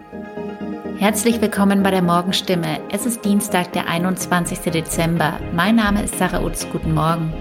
Herzlich willkommen bei der Morgenstimme. Es ist Dienstag, der 21. Dezember. Mein Name ist Sarah Utz. Guten Morgen.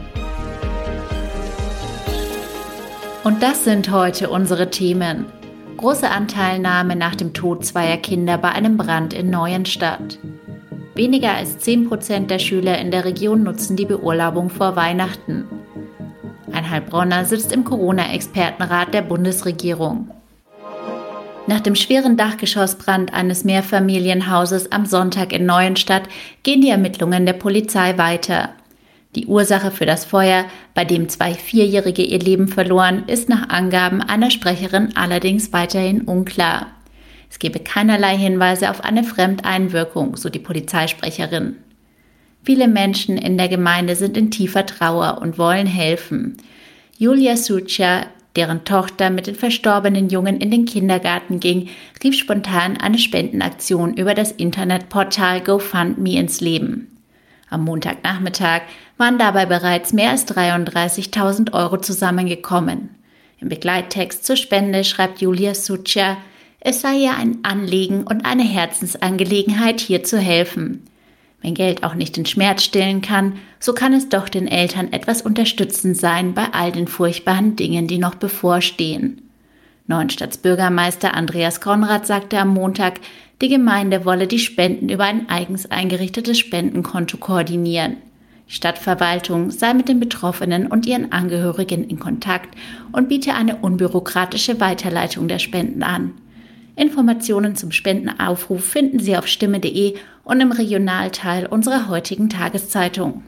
Und das sind heute unsere Themen. Große Anteilnahme nach dem Tod zweier Kinder bei einem Brand in Neuenstadt. Weniger als 10% der Schüler in der Region nutzen die Beurlaubung vor Weihnachten. Ein Heilbronner sitzt im Corona-Expertenrat der Bundesregierung. Nach dem schweren Dachgeschossbrand eines Mehrfamilienhauses am Sonntag in Neuenstadt gehen die Ermittlungen der Polizei weiter. Die Ursache für das Feuer, bei dem 2 Vierjährige ihr Leben verloren, ist nach Angaben einer Sprecherin allerdings weiterhin unklar. Es gebe keinerlei Hinweise auf eine Fremdeinwirkung, so die Polizeisprecherin. Viele Menschen in der Gemeinde sind in tiefer Trauer und wollen helfen. Julia Sucia, deren Tochter mit den verstorbenen Jungen in den Kindergarten ging, rief spontan eine Spendenaktion über das Internetportal GoFundMe ins Leben. Am Montagnachmittag waren dabei bereits mehr als 33.000 € zusammengekommen. Im Begleittext zur Spende schreibt Julia Sucia, es sei ihr ein Anliegen und eine Herzensangelegenheit, hier zu helfen. Wenn Geld auch nicht den Schmerz stillen kann, so kann es doch den Eltern etwas unterstützend sein bei all den furchtbaren Dingen, die noch bevorstehen. Neuenstadts Bürgermeister Andreas Konrad sagte am Montag, die Gemeinde wolle die Spenden über ein eigens eingerichtetes Spendenkonto koordinieren. Die Stadtverwaltung sei mit den Betroffenen und ihren Angehörigen in Kontakt und biete eine unbürokratische Weiterleitung der Spenden an. Informationen zum Spendenaufruf finden Sie auf stimme.de und im Regionalteil unserer heutigen Tageszeitung.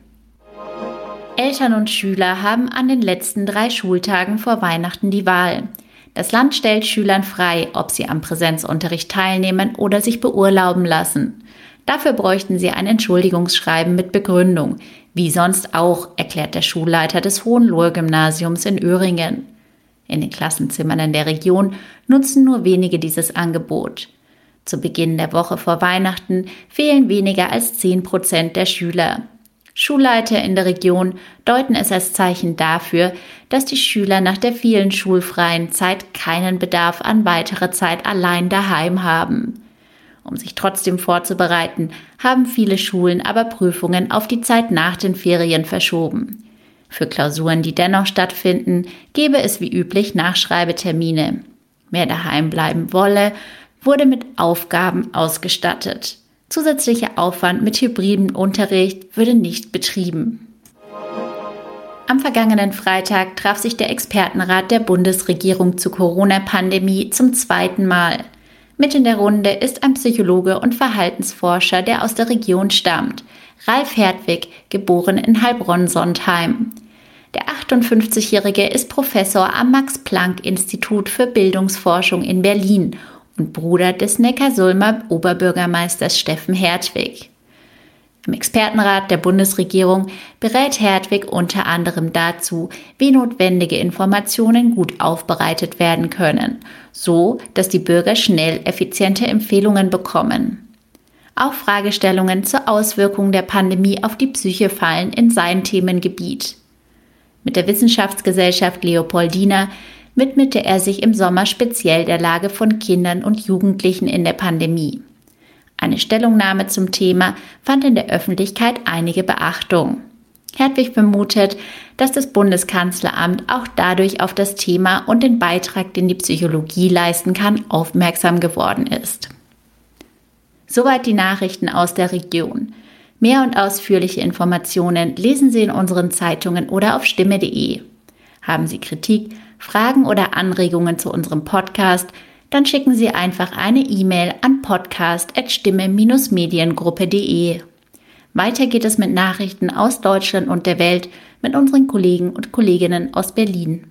Eltern und Schüler haben an den letzten 3 Schultagen vor Weihnachten die Wahl. Das Land stellt Schülern frei, ob sie am Präsenzunterricht teilnehmen oder sich beurlauben lassen. Dafür bräuchten sie ein Entschuldigungsschreiben mit Begründung, wie sonst auch, erklärt der Schulleiter des Hohenlohe-Gymnasiums in Öhringen. In den Klassenzimmern in der Region nutzen nur wenige dieses Angebot. Zu Beginn der Woche vor Weihnachten fehlen weniger als 10% der Schüler. Schulleiter in der Region deuten es als Zeichen dafür, dass die Schüler nach der vielen schulfreien Zeit keinen Bedarf an weiterer Zeit allein daheim haben. Um sich trotzdem vorzubereiten, haben viele Schulen aber Prüfungen auf die Zeit nach den Ferien verschoben. Für Klausuren, die dennoch stattfinden, gebe es wie üblich Nachschreibetermine. Wer daheim bleiben wolle, wurde mit Aufgaben ausgestattet. Zusätzlicher Aufwand mit hybridem Unterricht würde nicht betrieben. Am vergangenen Freitag traf sich der Expertenrat der Bundesregierung zur Corona-Pandemie zum 2. Mal. Mit in der Runde ist ein Psychologe und Verhaltensforscher, der aus der Region stammt, Ralf Hertwig, geboren in Heilbronn-Sontheim. Der 58-Jährige ist Professor am Max-Planck-Institut für Bildungsforschung in Berlin und Bruder des Neckarsulmer Oberbürgermeisters Steffen Hertwig. Im Expertenrat der Bundesregierung berät Hertwig unter anderem dazu, wie notwendige Informationen gut aufbereitet werden können, so dass die Bürger schnell effiziente Empfehlungen bekommen. Auch Fragestellungen zur Auswirkung der Pandemie auf die Psyche fallen in sein Themengebiet. Mit der Wissenschaftsgesellschaft Leopoldina widmete er sich im Sommer speziell der Lage von Kindern und Jugendlichen in der Pandemie. Eine Stellungnahme zum Thema fand in der Öffentlichkeit einige Beachtung. Hertwig vermutet, dass das Bundeskanzleramt auch dadurch auf das Thema und den Beitrag, den die Psychologie leisten kann, aufmerksam geworden ist. Soweit die Nachrichten aus der Region. Mehr und ausführliche Informationen lesen Sie in unseren Zeitungen oder auf stimme.de. Haben Sie Kritik, Fragen oder Anregungen zu unserem Podcast, dann schicken Sie einfach eine E-Mail an podcast@stimme-mediengruppe.de. Weiter geht es mit Nachrichten aus Deutschland und der Welt mit unseren Kollegen und Kolleginnen aus Berlin.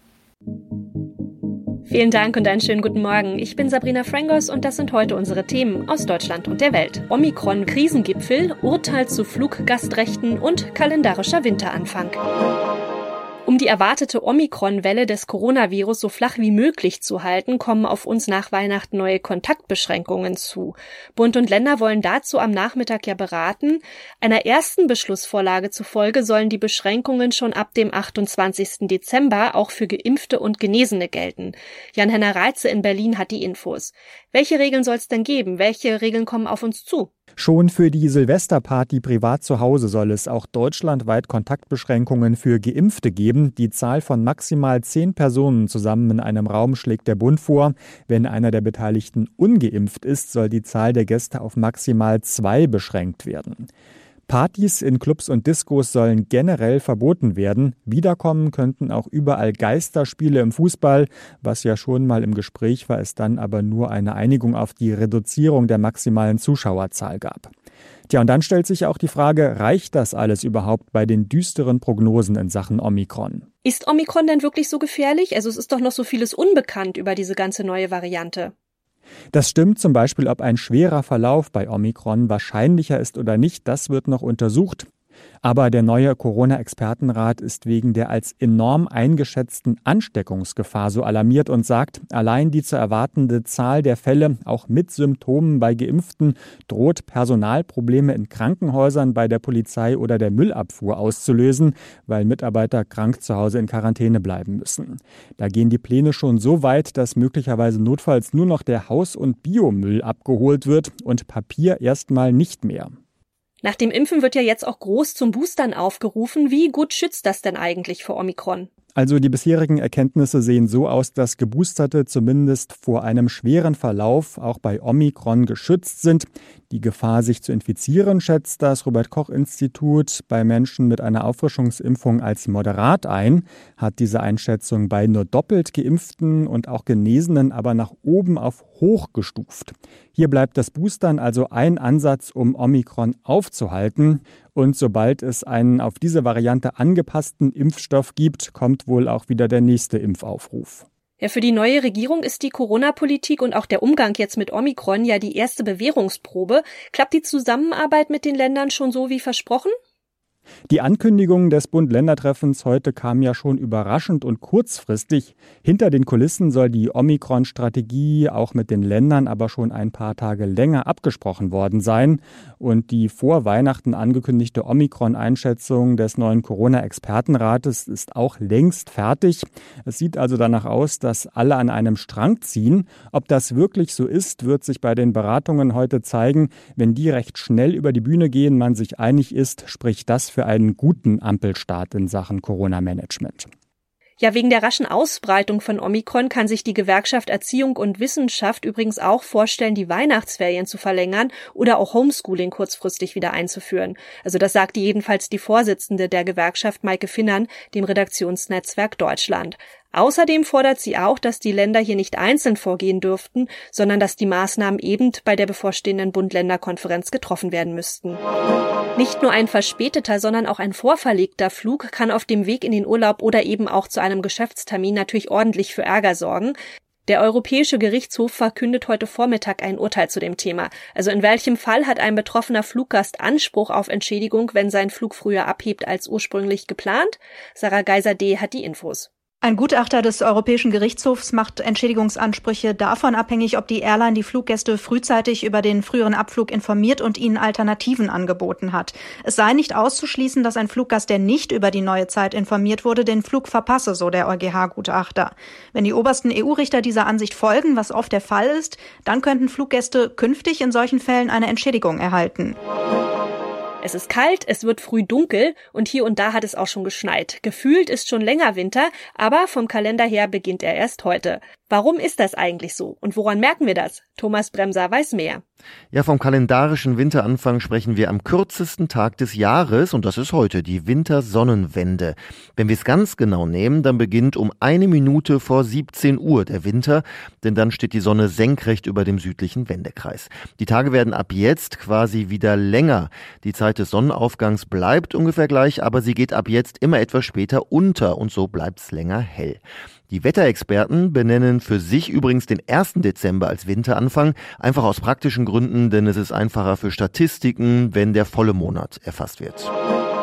Vielen Dank und einen schönen guten Morgen. Ich bin Sabrina Frangos und das sind heute unsere Themen aus Deutschland und der Welt. Omikron-Krisengipfel, Urteil zu Fluggastrechten und kalendarischer Winteranfang. Um die erwartete Omikron-Welle des Coronavirus so flach wie möglich zu halten, kommen auf uns nach Weihnachten neue Kontaktbeschränkungen zu. Bund und Länder wollen dazu am Nachmittag ja beraten. Einer ersten Beschlussvorlage zufolge sollen die Beschränkungen schon ab dem 28. Dezember auch für Geimpfte und Genesene gelten. Jan-Henner Reitze in Berlin hat die Infos. Welche Regeln soll es denn geben? Welche Regeln kommen auf uns zu? Schon für die Silvesterparty privat zu Hause soll es auch deutschlandweit Kontaktbeschränkungen für Geimpfte geben. Die Zahl von maximal 10 Personen zusammen in einem Raum schlägt der Bund vor. Wenn einer der Beteiligten ungeimpft ist, soll die Zahl der Gäste auf maximal 2 beschränkt werden. Partys in Clubs und Diskos sollen generell verboten werden. Wiederkommen könnten auch überall Geisterspiele im Fußball. Was ja schon mal im Gespräch war, es dann aber nur eine Einigung auf die Reduzierung der maximalen Zuschauerzahl gab. Tja, und dann stellt sich auch die Frage, reicht das alles überhaupt bei den düsteren Prognosen in Sachen Omikron? Ist Omikron denn wirklich so gefährlich? Also es ist doch noch so vieles unbekannt über diese ganze neue Variante. Das stimmt, zum Beispiel, ob ein schwerer Verlauf bei Omikron wahrscheinlicher ist oder nicht, das wird noch untersucht. Aber der neue Corona-Expertenrat ist wegen der als enorm eingeschätzten Ansteckungsgefahr so alarmiert und sagt, allein die zu erwartende Zahl der Fälle, auch mit Symptomen bei Geimpften, droht Personalprobleme in Krankenhäusern, bei der Polizei oder der Müllabfuhr auszulösen, weil Mitarbeiter krank zu Hause in Quarantäne bleiben müssen. Da gehen die Pläne schon so weit, dass möglicherweise notfalls nur noch der Haus- und Biomüll abgeholt wird und Papier erstmal nicht mehr. Nach dem Impfen wird ja jetzt auch groß zum Boostern aufgerufen. Wie gut schützt das denn eigentlich vor Omikron? Also die bisherigen Erkenntnisse sehen so aus, dass Geboosterte zumindest vor einem schweren Verlauf auch bei Omikron geschützt sind. Die Gefahr, sich zu infizieren, schätzt das Robert-Koch-Institut bei Menschen mit einer Auffrischungsimpfung als moderat ein, hat diese Einschätzung bei nur doppelt Geimpften und auch Genesenen aber nach oben auf hoch gestuft. Hier bleibt das Boostern also ein Ansatz, um Omikron aufzuhalten. Und sobald es einen auf diese Variante angepassten Impfstoff gibt, kommt wohl auch wieder der nächste Impfaufruf. Ja, für die neue Regierung ist die Corona-Politik und auch der Umgang jetzt mit Omikron ja die erste Bewährungsprobe. Klappt die Zusammenarbeit mit den Ländern schon so wie versprochen? Die Ankündigung des Bund-Länder-Treffens heute kam ja schon überraschend und kurzfristig. Hinter den Kulissen soll die Omikron-Strategie auch mit den Ländern aber schon ein paar Tage länger abgesprochen worden sein. Und die vor Weihnachten angekündigte Omikron-Einschätzung des neuen Corona-Expertenrates ist auch längst fertig. Es sieht also danach aus, dass alle an einem Strang ziehen. Ob das wirklich so ist, wird sich bei den Beratungen heute zeigen. Wenn die recht schnell über die Bühne gehen, man sich einig ist, spricht das für einen guten Ampelstart in Sachen Corona-Management. Ja, wegen der raschen Ausbreitung von Omikron kann sich die Gewerkschaft Erziehung und Wissenschaft übrigens auch vorstellen, die Weihnachtsferien zu verlängern oder auch Homeschooling kurzfristig wieder einzuführen. Also das sagte jedenfalls die Vorsitzende der Gewerkschaft Maike Finnern dem Redaktionsnetzwerk Deutschland. Außerdem fordert sie auch, dass die Länder hier nicht einzeln vorgehen dürften, sondern dass die Maßnahmen eben bei der bevorstehenden Bund-Länder-Konferenz getroffen werden müssten. Nicht nur ein verspäteter, sondern auch ein vorverlegter Flug kann auf dem Weg in den Urlaub oder eben auch zu einem Geschäftstermin natürlich ordentlich für Ärger sorgen. Der Europäische Gerichtshof verkündet heute Vormittag ein Urteil zu dem Thema. Also in welchem Fall hat ein betroffener Fluggast Anspruch auf Entschädigung, wenn sein Flug früher abhebt als ursprünglich geplant? Sarah Geiser-D. hat die Infos. Ein Gutachter des Europäischen Gerichtshofs macht Entschädigungsansprüche davon abhängig, ob die Airline die Fluggäste frühzeitig über den früheren Abflug informiert und ihnen Alternativen angeboten hat. Es sei nicht auszuschließen, dass ein Fluggast, der nicht über die neue Zeit informiert wurde, den Flug verpasse, so der EuGH-Gutachter. Wenn die obersten EU-Richter dieser Ansicht folgen, was oft der Fall ist, dann könnten Fluggäste künftig in solchen Fällen eine Entschädigung erhalten. Es ist kalt, es wird früh dunkel und hier und da hat es auch schon geschneit. Gefühlt ist schon länger Winter, aber vom Kalender her beginnt er erst heute. Warum ist das eigentlich so und woran merken wir das? Thomas Bremser weiß mehr. Ja, vom kalendarischen Winteranfang sprechen wir am kürzesten Tag des Jahres und das ist heute, die Wintersonnenwende. Wenn wir es ganz genau nehmen, dann beginnt um 1 Minute vor 17 Uhr der Winter, denn dann steht die Sonne senkrecht über dem südlichen Wendekreis. Die Tage werden ab jetzt quasi wieder länger. Die Zeit des Sonnenaufgangs bleibt ungefähr gleich, aber sie geht ab jetzt immer etwas später unter und so bleibt es länger hell. Die Wetterexperten benennen für sich übrigens den 1. Dezember als Winteranfang, einfach aus praktischen Gründen, denn es ist einfacher für Statistiken, wenn der volle Monat erfasst wird.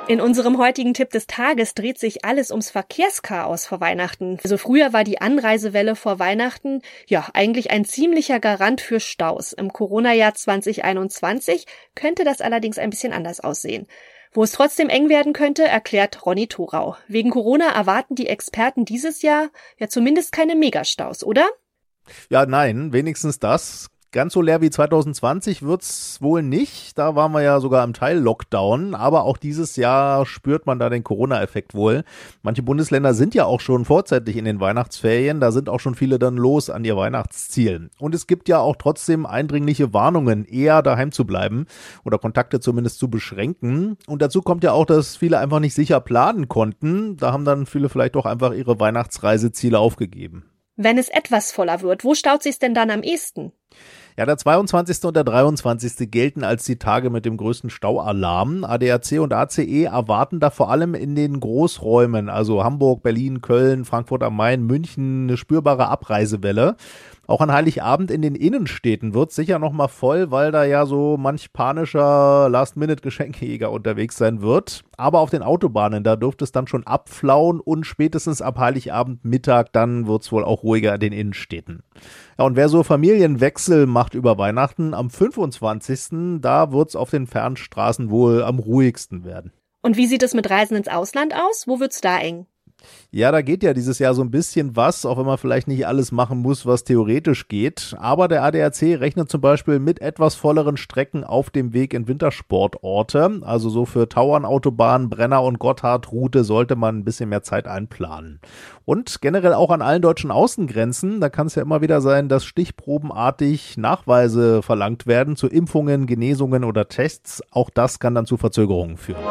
In unserem heutigen Tipp des Tages dreht sich alles ums Verkehrschaos vor Weihnachten. Also früher war die Anreisewelle vor Weihnachten ja eigentlich ein ziemlicher Garant für Staus. Im Corona-Jahr 2021 könnte das allerdings ein bisschen anders aussehen. Wo es trotzdem eng werden könnte, erklärt Ronny Thorau. Wegen Corona erwarten die Experten dieses Jahr ja zumindest keine Megastaus, oder? Ja, nein, wenigstens das. Ganz so leer wie 2020 wird's wohl nicht. Da waren wir ja sogar im Teil-Lockdown. Aber auch dieses Jahr spürt man da den Corona-Effekt wohl. Manche Bundesländer sind ja auch schon vorzeitig in den Weihnachtsferien. Da sind auch schon viele dann los an ihr Weihnachtszielen. Und es gibt ja auch trotzdem eindringliche Warnungen, eher daheim zu bleiben oder Kontakte zumindest zu beschränken. Und dazu kommt ja auch, dass viele einfach nicht sicher planen konnten. Da haben dann viele vielleicht auch einfach ihre Weihnachtsreiseziele aufgegeben. Wenn es etwas voller wird, wo staut sich's denn dann am ehesten? Ja, der 22. und der 23. gelten als die Tage mit dem größten Staualarm. ADAC und ACE erwarten da vor allem in den Großräumen, also Hamburg, Berlin, Köln, Frankfurt am Main, München, eine spürbare Abreisewelle. Auch an Heiligabend in den Innenstädten wird sicher noch mal voll, weil da ja so manch panischer Last-Minute-Geschenkejäger unterwegs sein wird. Aber auf den Autobahnen, da dürfte es dann schon abflauen und spätestens ab Heiligabend Mittag, dann wird es wohl auch ruhiger in den Innenstädten. Ja, und wer so Familienwechsel macht über Weihnachten, am 25., da wird es auf den Fernstraßen wohl am ruhigsten werden. Und wie sieht es mit Reisen ins Ausland aus? Wo wird's da eng? Ja, da geht ja dieses Jahr so ein bisschen was, auch wenn man vielleicht nicht alles machen muss, was theoretisch geht. Aber der ADAC rechnet zum Beispiel mit etwas volleren Strecken auf dem Weg in Wintersportorte. Also so für Tauernautobahn, Brenner- und Gotthardroute sollte man ein bisschen mehr Zeit einplanen. Und generell auch an allen deutschen Außengrenzen, da kann es ja immer wieder sein, dass stichprobenartig Nachweise verlangt werden zu Impfungen, Genesungen oder Tests. Auch das kann dann zu Verzögerungen führen.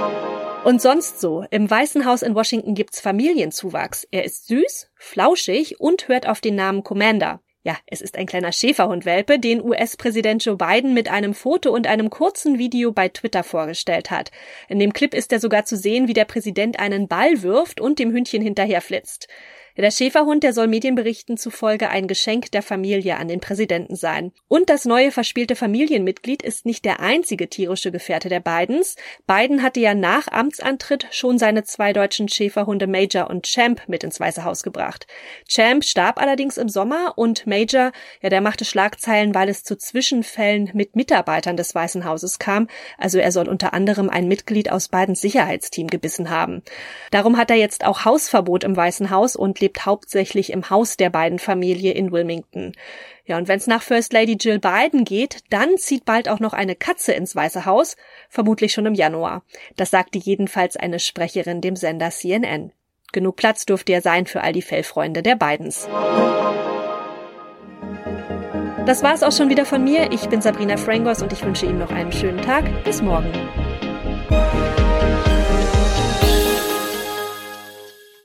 Und sonst so. Im Weißen Haus in Washington gibt's Familienzuwachs. Er ist süß, flauschig und hört auf den Namen Commander. Ja, es ist ein kleiner Schäferhund-Welpe, den US-Präsident Joe Biden mit einem Foto und einem kurzen Video bei Twitter vorgestellt hat. In dem Clip ist er sogar zu sehen, wie der Präsident einen Ball wirft und dem Hündchen hinterher flitzt. Der Schäferhund, der soll Medienberichten zufolge ein Geschenk der Familie an den Präsidenten sein. Und das neue verspielte Familienmitglied ist nicht der einzige tierische Gefährte der Bidens. Biden hatte ja nach Amtsantritt schon seine 2 deutschen Schäferhunde Major und Champ mit ins Weiße Haus gebracht. Champ starb allerdings im Sommer und Major, ja, der machte Schlagzeilen, weil es zu Zwischenfällen mit Mitarbeitern des Weißen Hauses kam. Also er soll unter anderem ein Mitglied aus Bidens Sicherheitsteam gebissen haben. Darum hat er jetzt auch Hausverbot im Weißen Haus und lebt hauptsächlich im Haus der Biden-Familie in Wilmington. Ja, und wenn es nach First Lady Jill Biden geht, dann zieht bald auch noch eine Katze ins Weiße Haus, vermutlich schon im Januar. Das sagte jedenfalls eine Sprecherin dem Sender CNN. Genug Platz dürfte ja sein für all die Fellfreunde der Bidens. Das war's auch schon wieder von mir. Ich bin Sabrina Frangos und ich wünsche Ihnen noch einen schönen Tag. Bis morgen.